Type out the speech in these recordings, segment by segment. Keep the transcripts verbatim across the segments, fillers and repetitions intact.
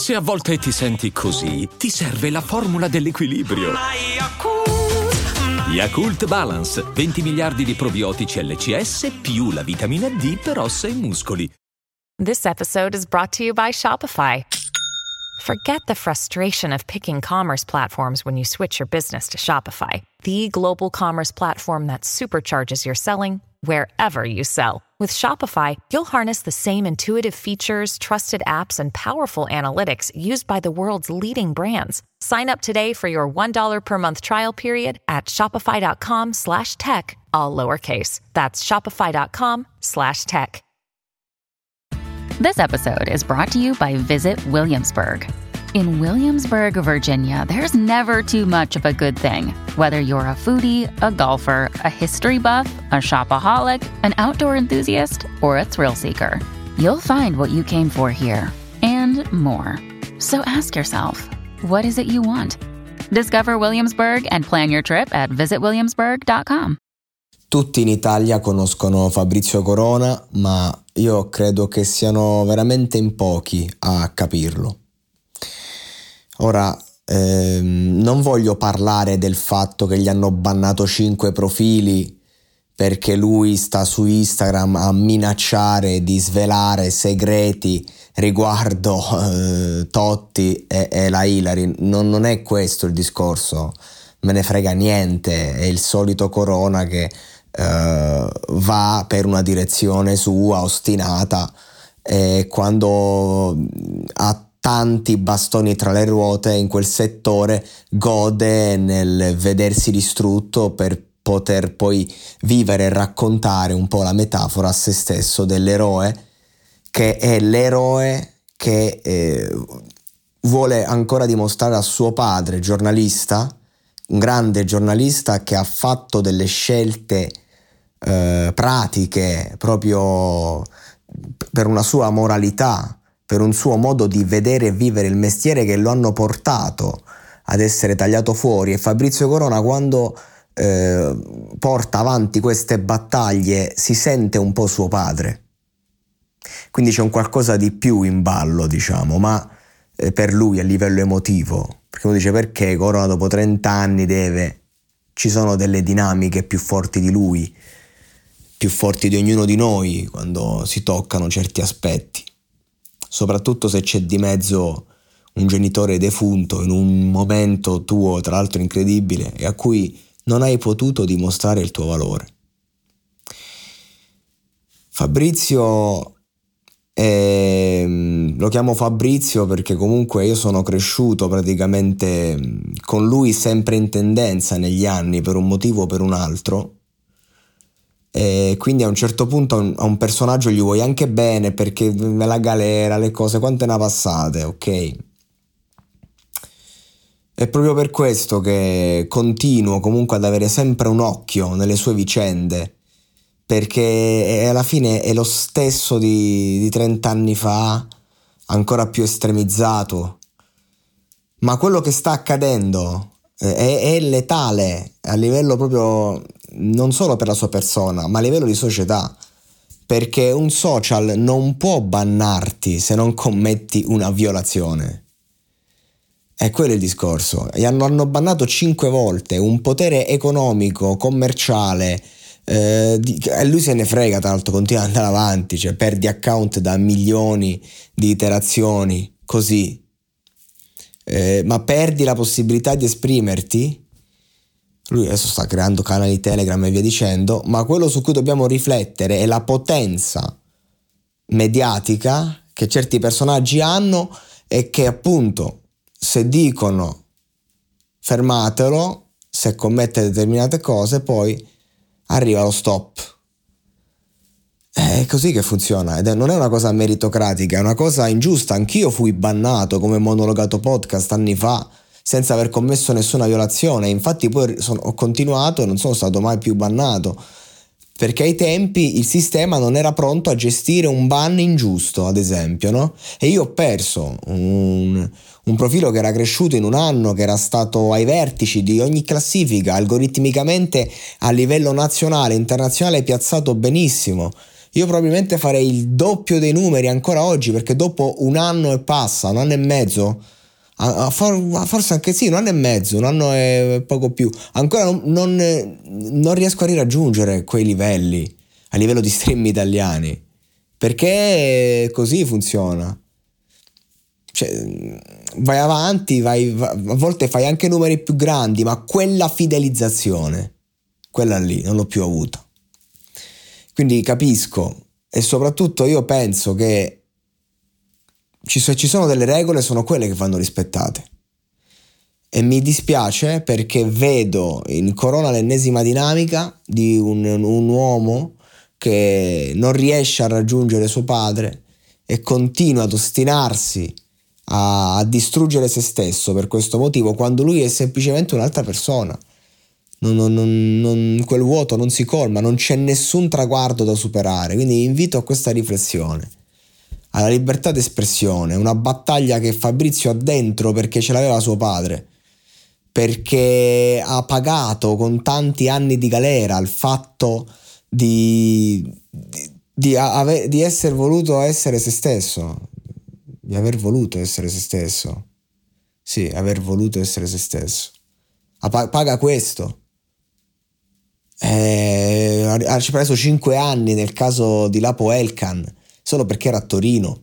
Se a volte ti senti così, ti serve la formula dell'equilibrio. Yakult Balance, venti miliardi di probiotici L C S più la vitamina D per ossa e muscoli. This episode is brought to you by Shopify. Forget the frustration of picking commerce platforms when you switch your business to Shopify, the global commerce platform that supercharges your selling wherever you sell. With Shopify, you'll harness the same intuitive features, trusted apps, and powerful analytics used by the world's leading brands. Sign up today for your one dollar per month trial period at shopify.com slash tech, all lowercase. That's shopify.com slash tech. This episode is brought to you by Visit Williamsburg. In Williamsburg, Virginia, there's never too much of a good thing. Whether you're a foodie, a golfer, a history buff, a shopaholic, an outdoor enthusiast, or a thrill seeker, you'll find what you came for here and more. So ask yourself, what is it you want? Discover Williamsburg and plan your trip at visit williamsburg dot com. Tutti in Italia conoscono Fabrizio Corona, ma io credo che siano veramente in pochi a capirlo. Ora, ehm, non voglio parlare del fatto che gli hanno bannato cinque profili perché lui sta su Instagram a minacciare di svelare segreti riguardo eh, Totti e, e la Hillary. Non, non è questo il discorso, me ne frega niente, è il solito Corona che Uh, va per una direzione sua ostinata e quando ha tanti bastoni tra le ruote in quel settore gode nel vedersi distrutto per poter poi vivere e raccontare un po' la metafora a se stesso dell'eroe che è l'eroe che eh, vuole ancora dimostrare a suo padre giornalista, un grande giornalista che ha fatto delle scelte eh, pratiche proprio per una sua moralità, per un suo modo di vedere e vivere il mestiere che lo hanno portato ad essere tagliato fuori. E Fabrizio Corona, quando eh, porta avanti queste battaglie, si sente un po' suo padre, quindi c'è un qualcosa di più in ballo, diciamo, ma eh, per lui a livello emotivo. Perché uno dice, perché Corona dopo trenta anni deve... Ci sono delle dinamiche più forti di lui, più forti di ognuno di noi quando si toccano certi aspetti, soprattutto se c'è di mezzo un genitore defunto in un momento tuo, tra l'altro incredibile, e a cui non hai potuto dimostrare il tuo valore. Fabrizio... E lo chiamo Fabrizio perché comunque io sono cresciuto praticamente con lui sempre in tendenza negli anni per un motivo o per un altro, e quindi a un certo punto a un personaggio gli vuoi anche bene perché la galera, le cose, quante ne ha passate, ok? È proprio per questo che continuo comunque ad avere sempre un occhio nelle sue vicende, perché alla fine è lo stesso di, di trenta anni fa, ancora più estremizzato, ma quello che sta accadendo è, è letale a livello proprio non solo per la sua persona, ma a livello di società, perché un social non può bannarti se non commetti una violazione. È quello il discorso. Gli hanno, hanno bannato cinque volte un potere economico, commerciale. Eh, di, lui se ne frega, tra l'altro continua ad andare avanti, cioè perdi account da milioni di iterazioni così, eh, ma perdi la possibilità di esprimerti. Lui adesso sta creando canali Telegram e via dicendo, ma quello su cui dobbiamo riflettere è la potenza mediatica che certi personaggi hanno e che appunto se dicono fermatelo, se commette determinate cose, poi arriva lo stop. È così che funziona ed è, non è una cosa meritocratica, è una cosa ingiusta. Anch'io fui bannato come monologato podcast anni fa senza aver commesso nessuna violazione, infatti poi sono, ho continuato e non sono stato mai più bannato, perché ai tempi il sistema non era pronto a gestire un ban ingiusto, ad esempio, no? E io ho perso un, un profilo che era cresciuto in un anno, che era stato ai vertici di ogni classifica, algoritmicamente a livello nazionale, internazionale piazzato benissimo, io probabilmente farei il doppio dei numeri ancora oggi, perché dopo un anno e passa, un anno e mezzo, a, a for, forse anche sì, un anno e mezzo, un anno e poco più, ancora non, non, non riesco a riraggiungere quei livelli a livello di stream italiani, perché così funziona. Cioè, vai avanti, vai, a volte fai anche numeri più grandi, ma quella fidelizzazione, quella lì, non l'ho più avuta. Quindi capisco, e soprattutto io penso che ci, so, ci sono delle regole, sono quelle che vanno rispettate. E mi dispiace perché vedo in Corona l'ennesima dinamica di un, un uomo che non riesce a raggiungere suo padre e continua ad ostinarsi a, a distruggere se stesso per questo motivo, quando lui è semplicemente un'altra persona. Non, non, non, non, quel vuoto non si colma, non c'è nessun traguardo da superare. Quindi invito a questa riflessione, alla libertà d'espressione, una battaglia che Fabrizio ha dentro perché ce l'aveva suo padre, perché ha pagato con tanti anni di galera il fatto di, di, di, ave, di essere voluto essere se stesso, di aver voluto essere se stesso, sì, aver voluto essere se stesso. Paga questo. Eh, ha ci preso cinque anni nel caso di Lapo Elkan solo perché era a Torino,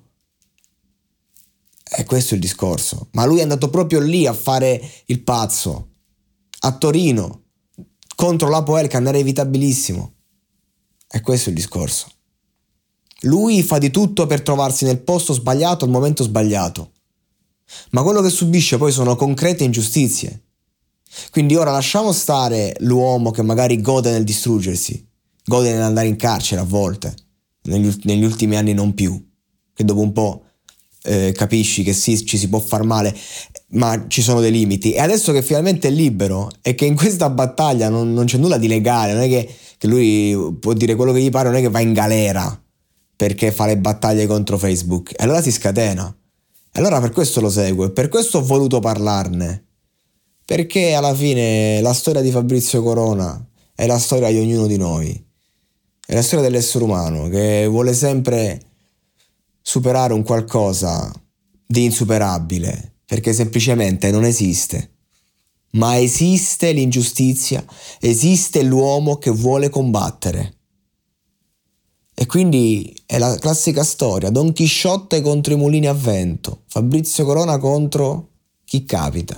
e questo è il discorso. Ma lui è andato proprio lì a fare il pazzo, a Torino, contro Lapo Elkan, era evitabilissimo, e questo è il discorso. Lui fa di tutto per trovarsi nel posto sbagliato al momento sbagliato, ma quello che subisce poi sono concrete ingiustizie. Quindi ora lasciamo stare l'uomo che magari gode nel distruggersi, gode nell'andare in carcere a volte, negli, negli ultimi anni non più, che dopo un po' eh, capisci che sì, ci si può far male, ma ci sono dei limiti. E adesso che finalmente è libero e che in questa battaglia non, non c'è nulla di legale, non è che, che lui può dire quello che gli pare, non è che va in galera perché fa le battaglie contro Facebook, e allora si scatena. E allora per questo lo seguo, e per questo ho voluto parlarne, perché alla fine la storia di Fabrizio Corona è la storia di ognuno di noi, è la storia dell'essere umano che vuole sempre superare un qualcosa di insuperabile, perché semplicemente non esiste, ma esiste l'ingiustizia, esiste l'uomo che vuole combattere. E quindi è la classica storia, Don Chisciotte contro i mulini a vento, Fabrizio Corona contro chi capita.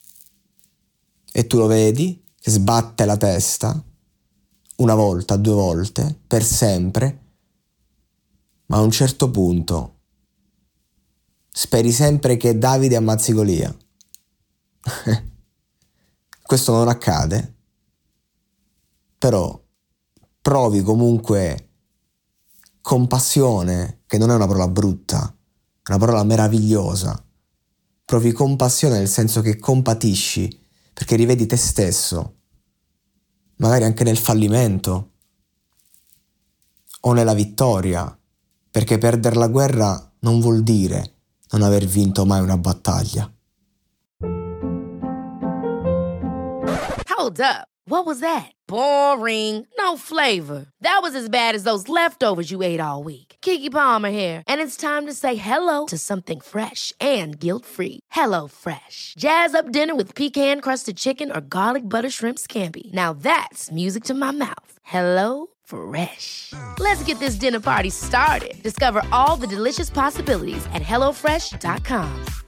E tu lo vedi che sbatte la testa una volta, due volte, per sempre, ma a un certo punto speri sempre che Davide ammazzi Golia. Questo non accade, però provi comunque compassione, che non è una parola brutta, è una parola meravigliosa. Provi compassione nel senso che compatisci, perché rivedi te stesso, magari anche nel fallimento o nella vittoria, perché perdere la guerra non vuol dire non aver vinto mai una battaglia. Hold up. What was that? Boring. No flavor. That was as bad as those leftovers you ate all week. Keke Palmer here, and it's time to say hello to something fresh and guilt-free. Hello Fresh. Jazz up dinner with pecan-crusted chicken or garlic butter shrimp scampi. Now that's music to my mouth. Hello Fresh. Let's get this dinner party started. Discover all the delicious possibilities at hello fresh dot com.